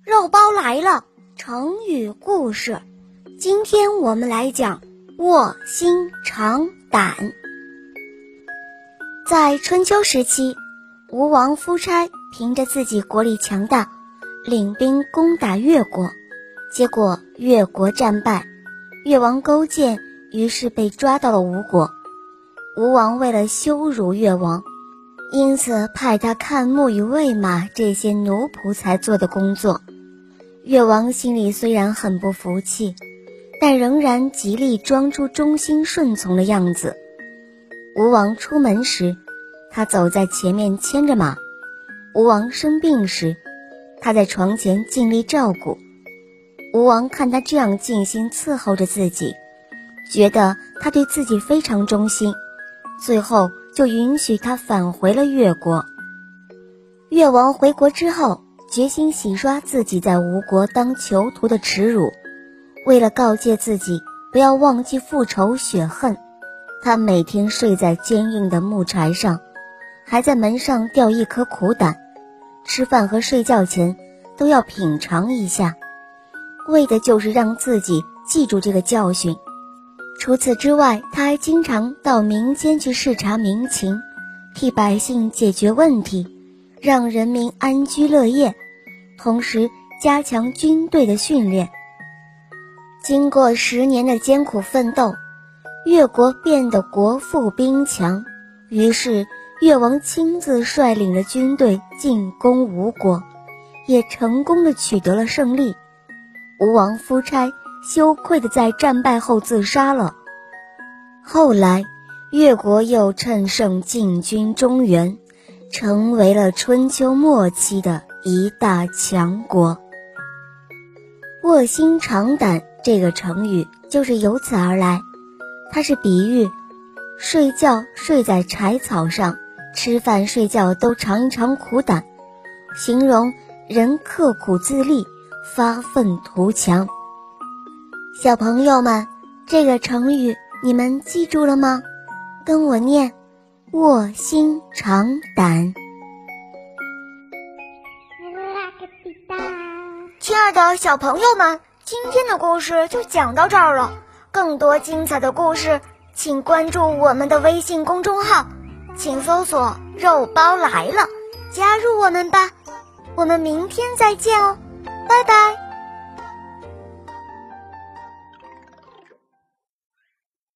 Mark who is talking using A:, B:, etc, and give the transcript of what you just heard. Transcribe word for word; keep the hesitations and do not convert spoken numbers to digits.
A: 肉包来了，成语故事。今天我们来讲卧薪尝胆。在春秋时期，吴王夫差凭着自己国力强大，领兵攻打越国，结果越国战败，越王勾践于是被抓到了吴国。吴王为了羞辱越王，因此派他看牧与喂马这些奴仆才做的工作。越王心里虽然很不服气，但仍然极力装出忠心顺从的样子。吴王出门时，他走在前面牵着马；吴王生病时，他在床前尽力照顾。吴王看他这样尽心伺候着自己，觉得他对自己非常忠心，最后就允许他返回了越国。越王回国之后，决心洗刷自己在吴国当囚徒的耻辱。为了告诫自己不要忘记复仇雪恨，他每天睡在坚硬的木柴上，还在门上吊一颗苦胆，吃饭和睡觉前都要品尝一下，为的就是让自己记住这个教训。除此之外，他还经常到民间去视察民情，替百姓解决问题，让人民安居乐业，同时加强军队的训练。经过十年的艰苦奋斗，越国变得国富兵强，于是越王亲自率领了军队进攻吴国，也成功地取得了胜利。吴王夫差羞愧地在战败后自杀了。后来越国又趁胜进军中原，成为了春秋末期的一大强国。卧薪尝胆这个成语就是由此而来，它是比喻睡觉睡在柴草上，吃饭睡觉都尝一尝苦胆，形容人刻苦自立，发愤图强。小朋友们，这个成语你们记住了吗？跟我念卧薪尝胆。亲爱的小朋友们，今天的故事就讲到这儿了。更多精彩的故事，请关注我们的微信公众号，请搜索肉包来了，加入我们吧。我们明天再见哦，拜拜。